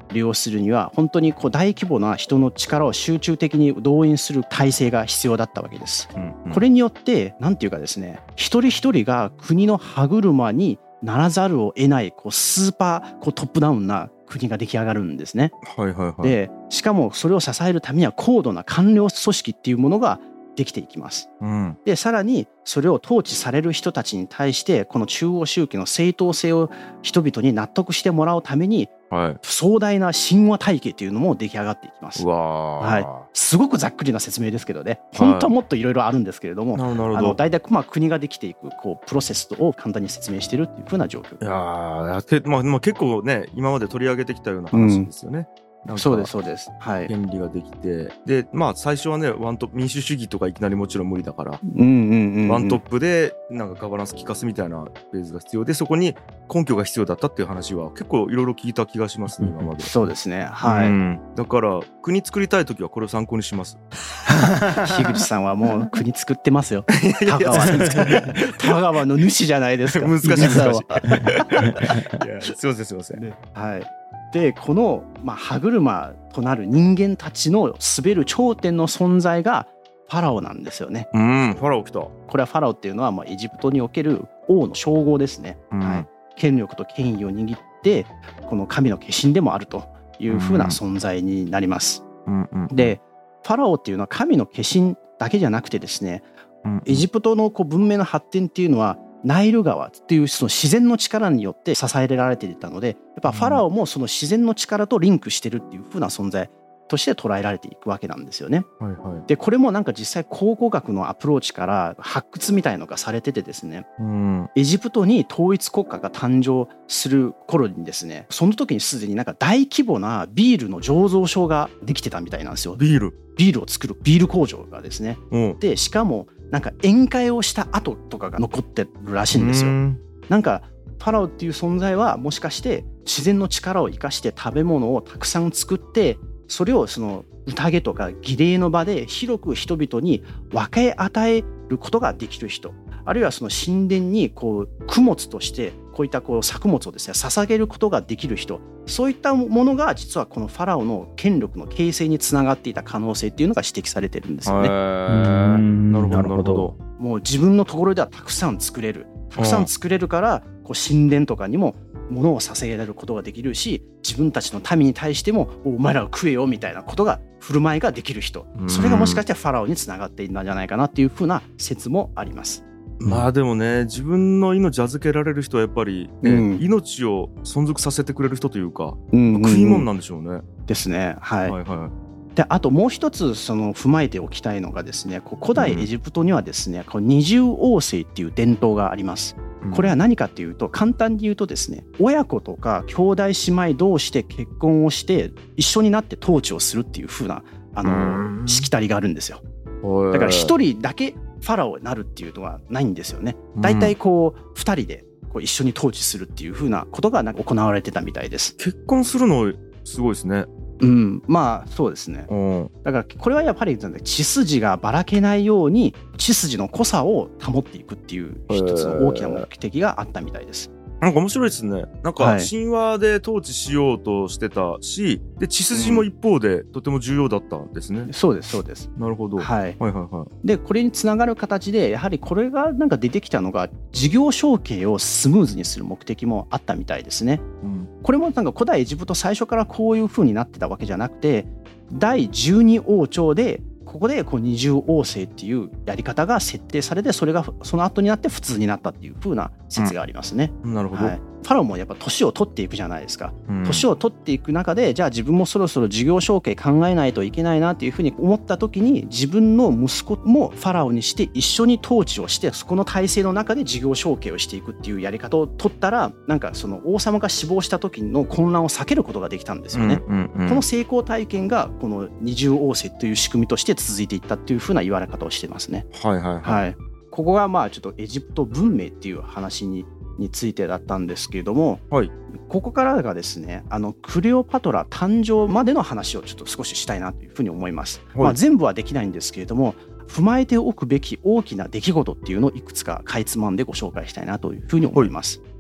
利用するには本当にこう大規模な人の力を集中的に動員する体制が必要だったわけです、うんうん、これによってなんていうかですね、一人一人が国の歯車にならざるを得ないこうスーパーこうトップダウンな国が出来上がるんですね、 はいはいはい、 でしかもそれを支えるためには高度な官僚組織っていうものができていきます、うん、でさらにそれを統治される人たちに対してこの中央集権の正当性を人々に納得してもらうために、はい、壮大な神話体系というのも出来上がっていきます。 うわ、 はい、すごくざっくりな説明ですけどね、本当はもっといろいろあるんですけれども、はい、あの大体まあ国ができていくこうプロセスを簡単に説明しているっていう風な状況。 いやー、まあ、まあ結構ね今まで取り上げてきたような話ですよね、うんそうですそうです、はい、 権利ができて、でまあ最初はねワントップ民主主義とかいきなりもちろん無理だから、 うんうんうんうん、 ワントップでなんかガバナンス効かすみたいなフェーズが必要で、そこに根拠が必要だったっていう話は結構いろいろ聞いた気がしますね、今まで。 そうですね、はい、うん、 だから国作りたいときはこれを参考にします樋口さんはもう国作ってますよ田川田川の主じゃないですか難しい難しいいやすいませんすいません、ね、 はい。でこの、まあ、歯車となる人間たちの滑る頂点の存在がファラオなんですよね。 うん、ファラオ来た。 これはファラオっていうのは、まあ、エジプトにおける王の称号ですね、うんはい、権力と権威を握ってこの神の化身でもあるというふうな存在になります、うんうんうん、でファラオっていうのは神の化身だけじゃなくてですね、うんうん、エジプトのこう文明の発展っていうのはナイル川っていうその自然の力によって支えられていたので、やっぱファラオもその自然の力とリンクしてるっていう風な存在として捉えられていくわけなんですよね、はいはい、でこれもなんか実際考古学のアプローチから発掘みたいのがされててですね、うん、エジプトに統一国家が誕生する頃にですね、その時にすでになんか大規模なビールの醸造所ができてたみたいなんですよ。 ビールビールを作るビール工場がですね、うん、でしかもなんか宴会をした後とかが残ってるらしいんですよ。なんかファラオっていう存在はもしかして自然の力を生かして食べ物をたくさん作って、それをその宴とか儀礼の場で広く人々に分け与えることができる人、あるいはその神殿にこう供物としてこういったこう作物をですね捧げることができる人、そういったものが実はこのファラオの権力の形成につながっていた可能性っていうのが指摘されてるんですよね。 なるほどなるほど。 もう自分のところではたくさん作れるたくさん作れるからこう神殿とかにも物を捧げられることができるし、自分たちの民に対してもお前らを食えよみたいなことが振る舞いができる人、それがもしかしてファラオにつながっているんじゃないかなっていうふうな説もあります。 まあでもね、自分の命預けられる人はやっぱり、ねうん、命を存続させてくれる人というか、うんうんうん、食い物なんでしょうね。 ですね、はい、はいはい。であともう一つその踏まえておきたいのがですね、こう古代エジプトにはですね、うん、こう二重王政っていう伝統があります。これは何かっていうと、簡単に言うとですね、親子とか兄弟姉妹同士で結婚をして一緒になって統治をするっていう風なあのしきたりがあるんですよ。だから一人だけファラオになるっていうのはないんですよね。だいたいこうふたりでこう一緒に統治するっていう風なことがなんか行われてたみたいです。 結婚するのすごいですね。 うん、まあそうですね。だからこれはやっぱり血筋がばらけないように血筋の濃さを保っていくっていう一つの大きな目的があったみたいです。 なんか面白いですね。なんか神話で統治しようとしてたし、で血筋も一方でとても重要だったんですね。 うん、そうですそうです。 なるほど。 はい、 はいはいはい。 でこれにつながる形でやはりこれがなんか出てきたのが事業承継をスムーズにする目的もあったみたいですね。うん、これもなんか古代エジプト最初からこういう風になってたわけじゃなくて、だいじゅうに王朝でここでこう二重王政っていうやり方が設定されて、それがその後になって普通になったっていう風な説がありますね。 うん、なるほど。はい、 ファラオもやっぱ年を取っていくじゃないですか。うん、年を取っていく中で、じゃあ自分もそろそろ事業承継考えないといけないなっていう風に思った時に、自分の息子もファラオにして一緒に統治をして、そこの体制の中で事業承継をしていくっていうやり方を取ったら、なんかその王様が死亡した時の混乱を避けることができたんですよね。うんうんうん、この成功体験がこの二重王政という仕組みとして続いていったっていう風な言われ方をしてますね。 はいはいはい。はい、 ここがまあちょっとエジプト文明っていう話にについてだったんですけれども、はい、ここからがですね、あのクレオパトラ誕生までの話をちょっと少ししたいなというふうに思います。はい、まあ、全部はできないんですけれども、踏まえておくべき大きな出来事っていうのをいくつかかいつまんでご紹介したいなというふうに思います。はい、はい、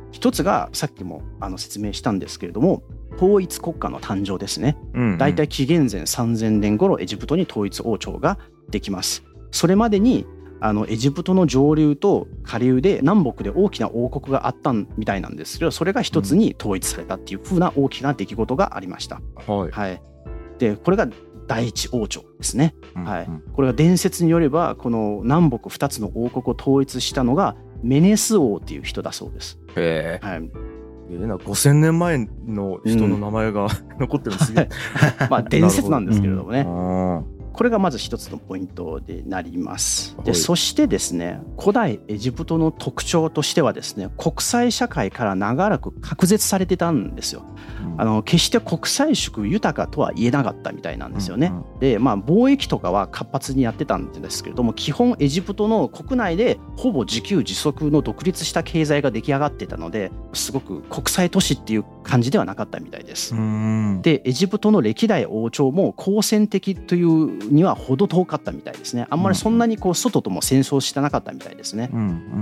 一つがさっきもあの説明したんですけれども、統一国家の誕生ですね。うんうん、だいたい紀元前さんぜんねん頃エジプトに統一王朝ができます。それまでにあのエジプトの上流と下流で南北で大きな王国があったみたいなんですけど、それが一つに統一されたっていう風な大きな出来事がありました。はいはい、でこれが第一王朝ですね。うんうん、はい、これが伝説によればこの南北ふたつの王国を統一したのがメネス王っていう人だそうです。 へー、はい、えー、なんかごせんねんまえの人の名前が、うん、残ってるんですね。 まあ伝説なんですけれどもね。これがまず一つのポイントでなります。で、そしてですね、古代エジプトの特徴としてはですね、国際社会から長らく隔絶されてたんですよ。うん、あの決して国際色豊かとは言えなかったみたいなんですよね。うんうん、で、まあ貿易とかは活発にやってたんですけれども、基本エジプトの国内でほぼ自給自足の独立した経済が出来上がってたので、すごく国際都市っていう感じではなかったみたいです。うん、で、エジプトの歴代王朝も好戦的というには程遠かったみたいですね。あんまりそんなにこう外とも戦争してなかったみたいですね。うんうん、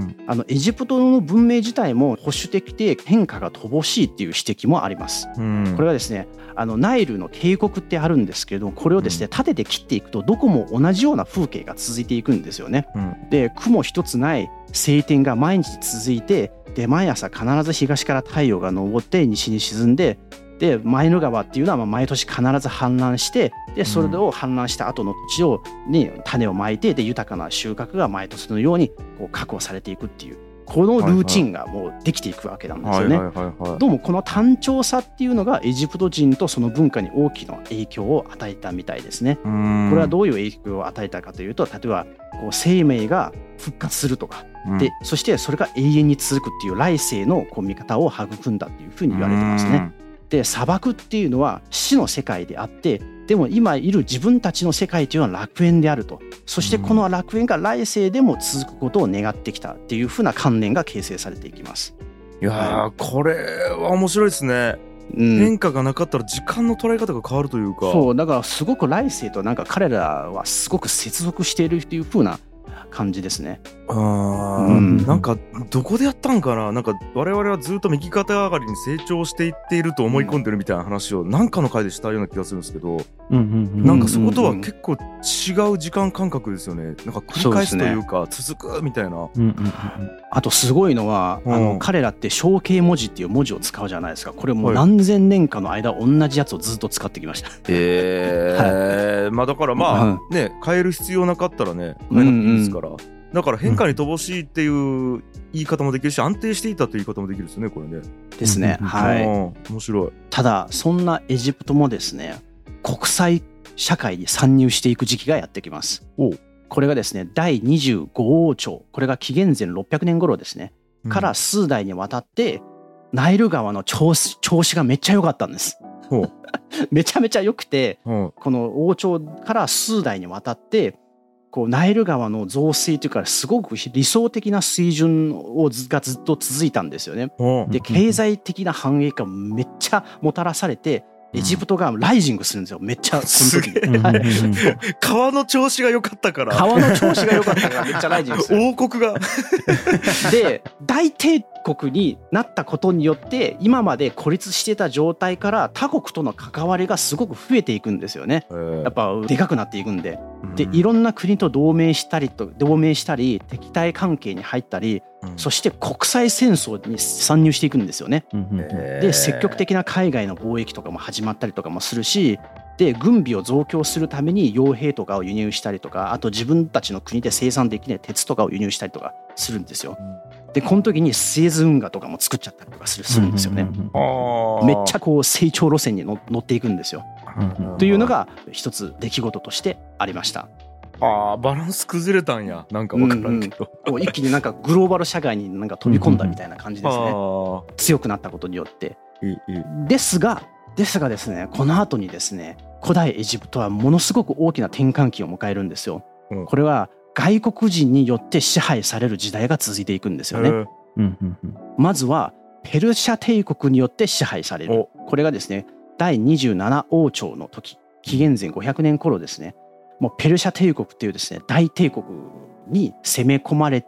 あのエジプトの文明自体も保守的で変化が乏しいっていう指摘もあります。うん、これはですね、あのナイルの渓谷ってあるんですけれども、これをですね縦で切っていくとどこも同じような風景が続いていくんですよね。うん、で、雲一つない晴天が毎日続いて、で毎朝必ず東から太陽が昇って西に沈んで、でマイヌ川っていうのは毎年必ず氾濫して、でそれを氾濫した後の土地をに種をまいて、で豊かな収穫が毎年のようにこう確保されていくっていう、このルーチンがもうできていくわけなんですよね。どうもこの単調さっていうのがエジプト人とその文化に大きな影響を与えたみたいですね。これはどういう影響を与えたかというと、例えばこう生命が復活するとか、うん、でそしてそれが永遠に続くっていう来世のこう見方を育んだっていうふうに言われてますね。で、砂漠っていうのは死の世界であって、でも今いる自分たちの世界というのは楽園であると。そしてこの楽園が来世でも続くことを願ってきたっていうふうな観念が形成されていきます。 いやー、はい、これは面白いですね。うん、変化がなかったら時間の捉え方が変わるというか。 そう、だからすごく来世となんか彼らはすごく接続しているっていうふうな感じですね。 あ、うん、なんかどこでやったんかな。なんか我々はずっと右肩上がりに成長していっていると思い込んでるみたいな話を何かの回でしたような気がするんですけど、なんかそことは結構違う時間感覚ですよね。なんか繰り返すというか続くみたいな。うんうんうん、 あとすごいのは、あの彼らって象形文字っていう文字を使うじゃないですか。これもう何千年かの間同じやつをずっと使ってきました。 へえ、はい、まあだからまあね、変える必要なかったらね変えなくていいですから。うんうん、だから変化に乏しいっていう言い方もできるし、安定していたという言い方もできるですね、これね。 ですね。はい。 面白い。 ただそんなエジプトもですね、国際社会に参入していく時期がやってきます。おこれがですね、だいにじゅうご王朝、これが紀元前ろっぴゃくねん頃ですね、うん、から数代にわたってナイル川の調子、調子がめっちゃ良かったんです。めちゃめちゃ良くて、この王朝から数代にわたってこうナイル川の増水というかすごく理想的な水準をずがずっと続いたんですよね。で、経済的な繁栄がめっちゃもたらされて、エジプトがライジングするんですよ。めっちゃこの時に川の調子が良かったから川の調子が良かったからめっちゃライジングする王国がで、大帝国になったことによって今まで孤立してた状態から他国との関わりがすごく増えていくんですよね。やっぱでかくなっていくんで、でいろんな国と同盟したりと同盟したり敵対関係に入ったり、そして国際戦争に参入していくんですよね。で、積極的な海外の貿易とかも始まったりとかもするし、で軍備を増強するために傭兵とかを輸入したりとか、あと自分たちの国で生産できない鉄とかを輸入したりとかするんですよ。でこの時にスエズ運河とかも作っちゃったりとかするするんですよね。めっちゃこう成長路線に乗っていくんですよ。というのが一つ出来事としてありました。 ああ、バランス崩れたんや。なんか分からんけど、 うんうん、一気になんかグローバル社会になんか飛び込んだみたいな感じですね。強くなったことによって。いいいいですがですがですね、この後にですね、古代エジプトはものすごく大きな転換期を迎えるんですよ。うん、これは外国人によって支配される時代が続いていくんですよね。うんうんうん、まずはペルシャ帝国によって支配される。これがですね、だいにじゅうなな王朝の時、紀元前ごひゃくねん頃ですね、もうペルシャ帝国っていうですね大帝国に攻め込まれて、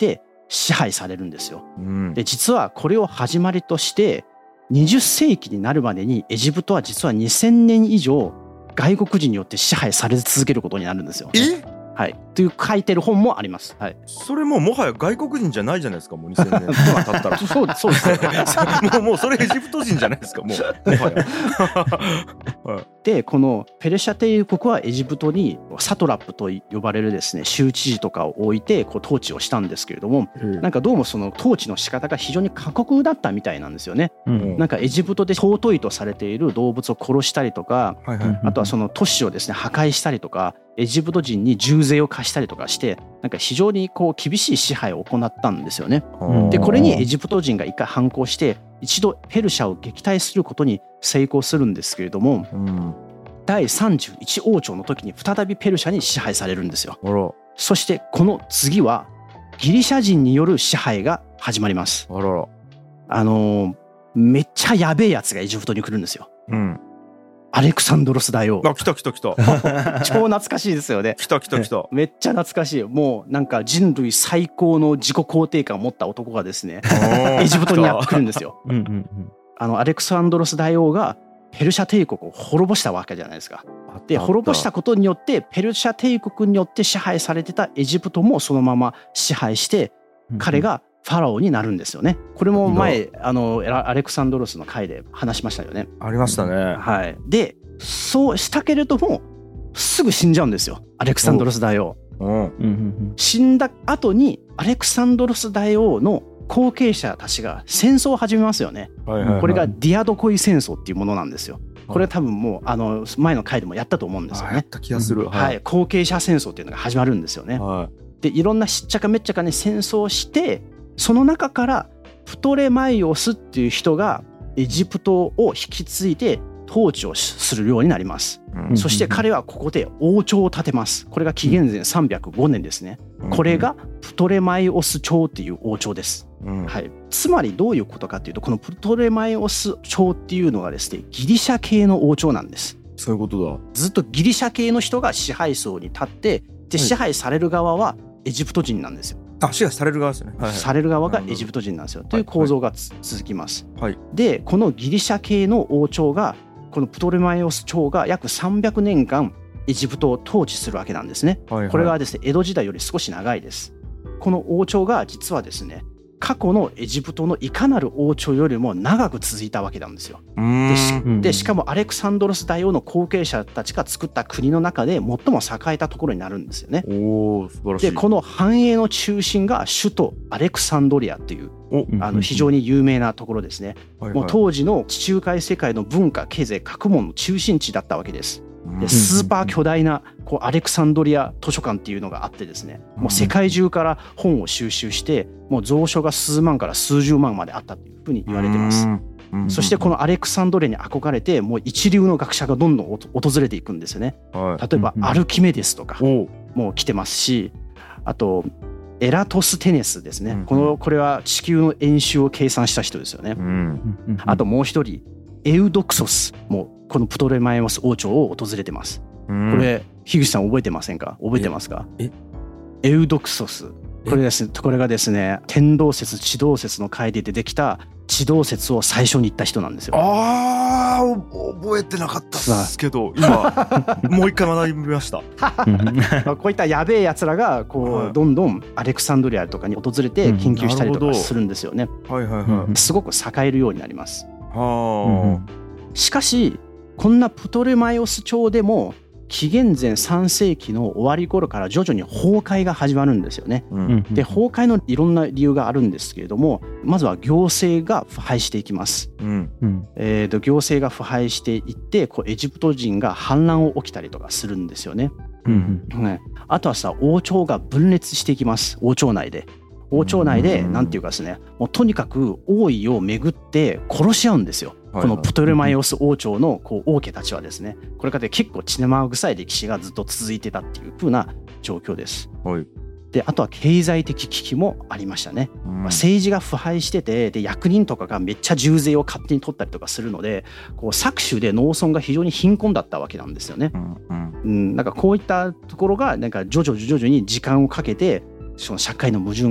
支配されるんですよ。うん、で実はこれを始まりとしてにじゅっせいきになるまでにエジプトは実はにせんねん以上外国人によって支配され続けることになるんですよ。 えはい、という書いてる本もあります。はい、 それもうもはや外国人じゃないじゃないですか、もうにせんねん経ったらそうそうですもうもうそれエジプト人じゃないですか、もうもはやはい、でこのペルシャ帝国はエジプトにサトラップと呼ばれるですね州知事とかを置いてこう統治をしたんですけれども、うん、なんかどうもその統治の仕方が非常に過酷だったみたいなんですよね。うん、なんかエジプトで尊いとされている動物を殺したりとか、はいはい、あとはその都市をですね破壊したりとかエジプト人に重税を課したりとかしてなんか非常にこう厳しい支配を行ったんですよね。でこれにエジプト人が一回反抗して一度ペルシャを撃退することに成功するんですけれども、うん、だいさんじゅういち王朝の時に再びペルシャに支配されるんですよ。あら。そしてこの次はギリシャ人による支配が始まります。あらら。あのー、めっちゃやべえやつがエジプトに来るんですよ。うん。アレクサンドロス大王。 あ、来た来た来た超懐かしいですよね。 来た来た来た。 めっちゃ懐かしい。もうなんか人類最高の自己肯定感を持った男がですねエジプトにやってくるんですよ。うんうんうん、あのアレクサンドロス大王がペルシャ帝国を滅ぼしたわけじゃないですか。で滅ぼしたことによってペルシャ帝国によって支配されてたエジプトもそのまま支配して彼がファラオになるんですよね。これも前あのアレクサンドロスの回で話しましたよね。 ありましたね。 はい。でそうしたけれどもすぐ死んじゃうんですよアレクサンドロス大王。死んだ後にアレクサンドロス大王の後継者たちが戦争を始めますよね。はいはいはい、これがディアドコイ戦争っていうものなんですよ。これは多分もうあの前の回でもやったと思うんですよね。やった気がする。 はい、後継者戦争っていうのが始まるんですよね。はい、でいろんなしっちゃかめっちゃかに戦争をしてその中からプトレマイオスっていう人がエジプトを引き継いで統治をするようになります。うん、そして彼はここで王朝を建てます。これが紀元前さんびゃくごねんですね。これがプトレマイオス朝っていう王朝です。うん、はい、つまりどういうことかというとこのプトレマイオス朝っていうのがですねギリシャ系の王朝なんです。 そういうことだ。 ずっとギリシャ系の人が支配層に立ってで支配される側はエジプト人なんですよ。 あ、支配される側ですね。はいはい、される側がエジプト人なんですよ。という構造がつ、はい、続きます。はい、でこのギリシャ系の王朝がこのプトレマイオス朝が約さんびゃくねんかんエジプトを統治するわけなんですね。はいはい、これはですね江戸時代より少し長いです。この王朝が実はですね過去のエジプトのいかなる王朝よりも長く続いたわけなんですよ。で し, でしかもアレクサンドロス大王の後継者たちが作った国の中で最も栄えたところになるんですよね。 おー、素晴らしい。 でこの繁栄の中心が首都アレクサンドリアっていうあの非常に有名なところですね。もう当時の地中海世界の文化経済学問の中心地だったわけです。でスーパー巨大なこうアレクサンドリア図書館っていうのがあってですねもう世界中から本を収集してもう蔵書が数万から数十万まであったというふうに言われてます。そしてこのアレクサンドリアに憧れてもう一流の学者がどんどん訪れていくんですよね。例えばアルキメデスとかもう来てますしあとエラトステネスですね。このこれは地球の円周を計算した人ですよね。あともう一人エウドクソスもこのプトレマイオス王朝を訪れてます。これ樋口さん覚えてませんか？覚えてますか？えエウドクソスこれですねこれがですね天動説地動説の回で出てきた地動説を最初に言った人なんですよ。 あー覚えてなかったですけど今もう一回学びましたこういったやべえやつらがこう、はい、どんどんアレクサンドリアとかに訪れて研究したりとかするんですよね。はいはいはい、すごく栄えるようになります。はしかしこんなプトレマイオス朝でも紀元前さんせいきの終わり頃から徐々に崩壊が始まるんですよね。うん、で崩壊のいろんな理由があるんですけれどもまずは行政が腐敗していきます。うんえー、と行政が腐敗していってこうエジプト人が反乱を起きたりとかするんですよね。うんね、あとはさ王朝が分裂していきます。王朝内で王朝内でなんていうかですねもうとにかく王位をめぐって殺し合うんですよ。このプトレマイオス王朝のこう王家たちはですねこれから結構血生臭い歴史がずっと続いてたっていう風な状況です。はい、であとは経済的危機もありましたね。うんまあ、政治が腐敗しててで役人とかがめっちゃ重税を勝手に取ったりとかするのでこう搾取で農村が非常に貧困だったわけなんですよね。うんうんうん、なんかこういったところがなんか徐々徐々に時間をかけてその社会の矛盾が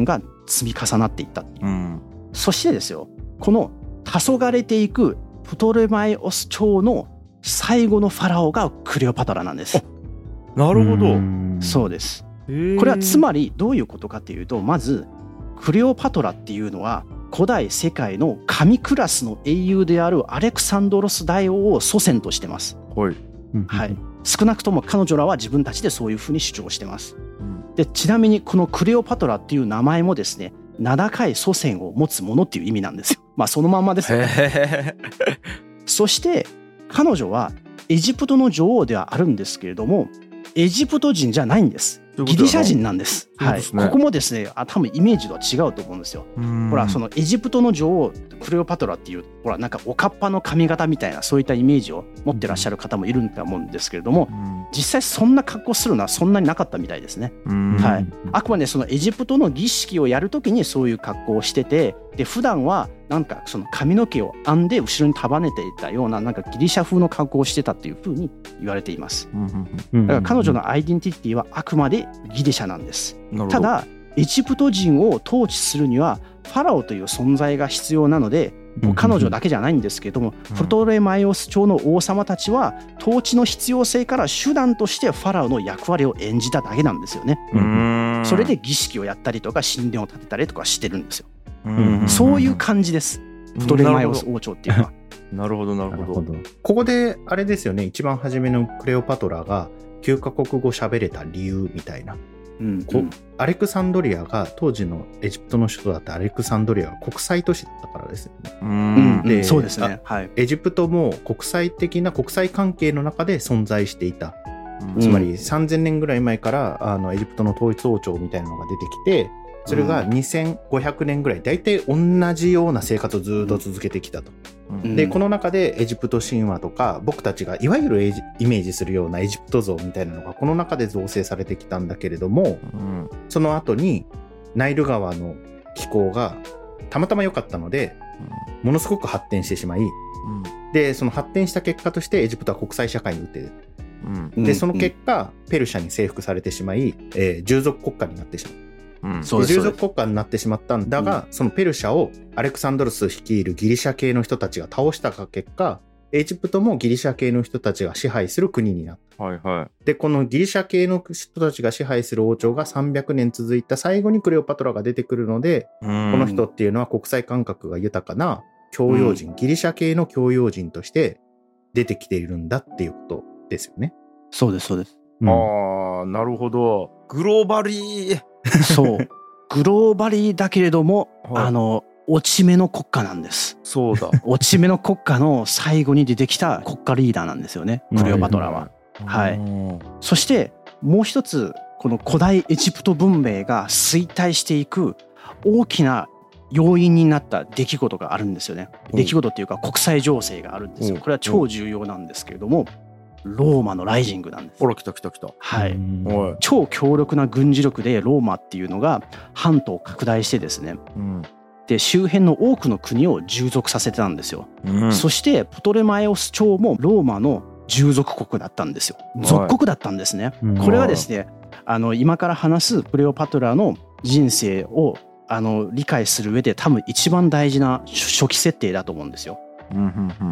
積み重なっていったっていう、うん、そしてですよ、この黄昏れていくプトレマイオス朝の最後のファラオがクレオパトラなんです。 なるほど。 そうです。これはつまりどういうことかというと、まずクレオパトラっていうのは古代世界の神クラスの英雄であるアレクサンドロス大王を祖先としてます。 はい、 はい、少なくとも彼女らは自分たちでそういうふうに主張してます。でちなみにこのクレオパトラっていう名前もですね、名高い祖先を持つ者っていう意味なんですよ。まあそのまんまですよね。そして彼女はエジプトの女王ではあるんですけれども、エジプト人じゃないんです。ギリシャ人なんです。はい、ここもですね、あ、多分イメージとは違うと思うんですよ。ほら、そのエジプトの女王クレオパトラっていう、ほらなんかおかっぱの髪型みたいな、そういったイメージを持ってらっしゃる方もいると思うんですけれども、実際そんな格好するのはそんなになかったみたいですね。はい、あくまでそのエジプトの儀式をやるときにそういう格好をしてて、で普段はなんかその髪の毛を編んで後ろに束ねていたような、なんかギリシャ風の格好をしてたっていうふうに言われています。だから彼女のアイデンティティはあくまでギリシャなんです。ただエジプト人を統治するにはファラオという存在が必要なので、彼女だけじゃないんですけども、プトレマイオス朝の王様たちは統治の必要性から手段としてファラオの役割を演じただけなんですよね。それで儀式をやったりとか神殿を建てたりとかしてるんですよ。そういう感じです、プトレマイオス王朝っていうのは。 なるほどなるほど。 ここであれですよね、一番初めのクレオパトラがきゅうカ国語喋れた理由みたいな、うんうん、アレクサンドリアが当時のエジプトの首都だったアレクサンドリアが国際都市だったからですよね。 うんで、うん、そうですね、はい、 エジプトも国際的な国際関係の中で存在していた、うん、つまりさんぜんねんぐらい前からあのエジプトの統一王朝みたいなのが出てきて、それがにせんごひゃくねんぐらい大体同じような生活をずっと続けてきたと、うん、でこの中でエジプト神話とか僕たちがいわゆるイメージするようなエジプト像みたいなのがこの中で造成されてきたんだけれども、うん、その後にナイル川の気候がたまたま良かったので、うん、ものすごく発展してしまい、うん、でその発展した結果としてエジプトは国際社会に打っている、うん、でその結果、うん、ペルシャに征服されてしまい、えー、従属国家になってしまう。うん、従属国家になってしまったんだが、うん、そのペルシャをアレクサンドロス率いるギリシャ系の人たちが倒した結果、エジプトもギリシャ系の人たちが支配する国になった、はいはい、でこのギリシャ系の人たちが支配する王朝がさんびゃくねん続いた最後にクレオパトラが出てくるので、うん、この人っていうのは国際感覚が豊かな教養人、うん、ギリシャ系の教養人として出てきているんだっていうことですよね。 そうですそうです、 うん、ああなるほど。グローバリーそうグローバリーだけれども、はい、あの落ち目の国家なんです。 そうだ落ち目の国家の最後に出てきた国家リーダーなんですよね、クレオパトラは、はい、そしてもう一つこの古代エジプト文明が衰退していく大きな要因になった出来事があるんですよね。出来事っていうか国際情勢があるんですよ。これは超重要なんですけれども、ローマのライジングなんです。 ほら来た来た来た。 はい。超強力な軍事力でローマっていうのが半島を拡大してですね、うん、で周辺の多くの国を従属させてたんですよ、うん、そしてプトレマイオス朝もローマの従属国だったんですよ。属国だったんですね、はい、これはですね、あの今から話すクレオパトラの人生をあの理解する上で多分一番大事な初期設定だと思うんですよ、うんうんうん、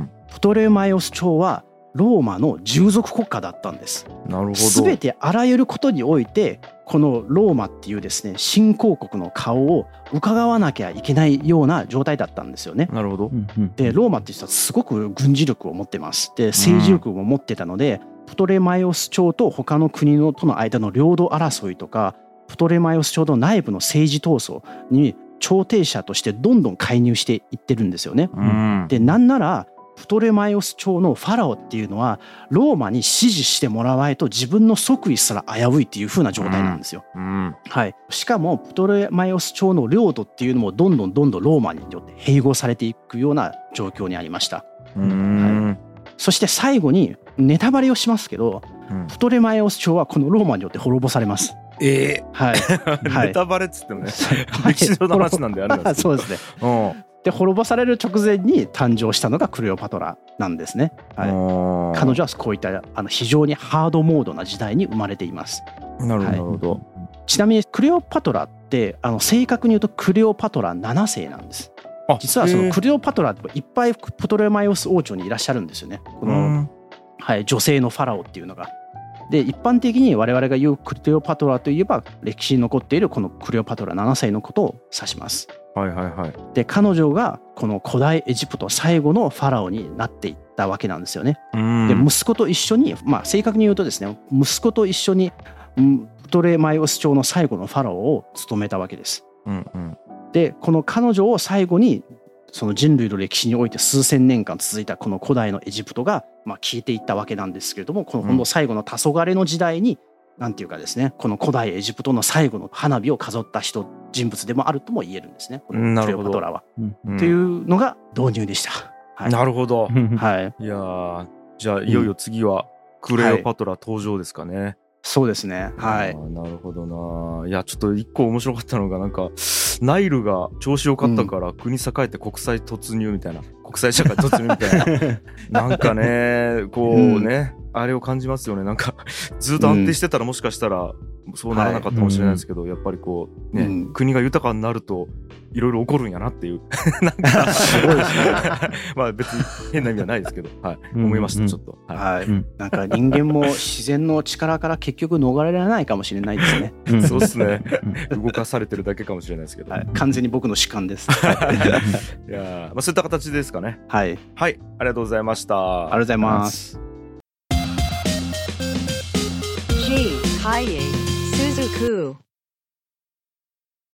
プトレマイオス朝はローマの従属国家だったんです。 なるほど。 全てあらゆることにおいてこのローマっていうですね新興国の顔を伺わなきゃいけないような状態だったんですよね。 なるほど。 でローマっていう人はすごく軍事力を持ってます。で政治力も持ってたので、うん、プトレマイオス朝と他の国のとの間の領土争いとかプトレマイオス朝の内部の政治闘争に調停者としてどんどん介入していってるんですよね、うん、でなんならプトレマイオス朝のファラオっていうのはローマに支持してもらわないと自分の即位すら危ういっていう風な状態なんですよ、うんうん、はい、しかもプトレマイオス朝の領土っていうのもどんどんどんどんローマによって併合されていくような状況にありました、うんはい、そして最後にネタバレをしますけど、うん、プトレマイオス朝はこのローマによって滅ぼされます。 えーはいはい、 ネタバレっつってもね歴史上の話なんであるんですそうですね、うんで滅ぼされる直前に誕生したのがクレオパトラなんですね、はい、彼女はこういったあの非常にハードモードな時代に生まれています。 なるほど、はい、 ちなみにクレオパトラっであの正確に言うとクレオパトラななせいなんです。実はそのクレオパトラっていっぱいプトレマイオス王朝にいらっしゃるんですよね。この、はい、女性のファラオっていうのが。で一般的に我々が言うクレオパトラといえば歴史に残っているこのクレオパトラななせいのことを指します。 はいはいはい。 で彼女がこの古代エジプト最後のファラオになっていったわけなんですよね。で息子と一緒に、まあ、正確に言うとですね息子と一緒にプトレマイオス朝の最後のファラオを務めたわけです。うんうん、でこの彼女を最後にその人類の歴史において数千年間続いたこの古代のエジプトがまあ消えていったわけなんですけれども、この本当最後の黄昏の時代になんていうかですねこの古代エジプトの最後の花火を飾った人人物でもあるとも言えるんですね、このクレオパトラは。というのが導入でした。 はい、なるほど。 はい。 いやじゃあいよいよ次はクレオパトラ登場ですかね。はい、 そうですね。はい。 なるほどな。いやちょっと一個面白かったのがなんかナイルが調子良かったから国栄えて国際突入みたいな、うん、国際社会突入みたいななんかねこうね、うん、あれを感じますよね。なんかずっと安定してたらもしかしたらそうならなかったかもしれないですけど、はい、やっぱりこうね、うん、国が豊かになるといろいろ起こるんやなっていうなんかすごいですねまあ別に変な意味はないですけど、はい、うん、思いましたちょっと、 はい、はい、なんか人間も自然の力から結局逃れられないかもしれないですねそうですね動かされてるだけかもしれないですけど、 はい、完全に僕の主観ですいや、まあ、そういった形ですかね。 はい、 はい、ありがとうございました。 ありがとうございます。 G ハイエイスズク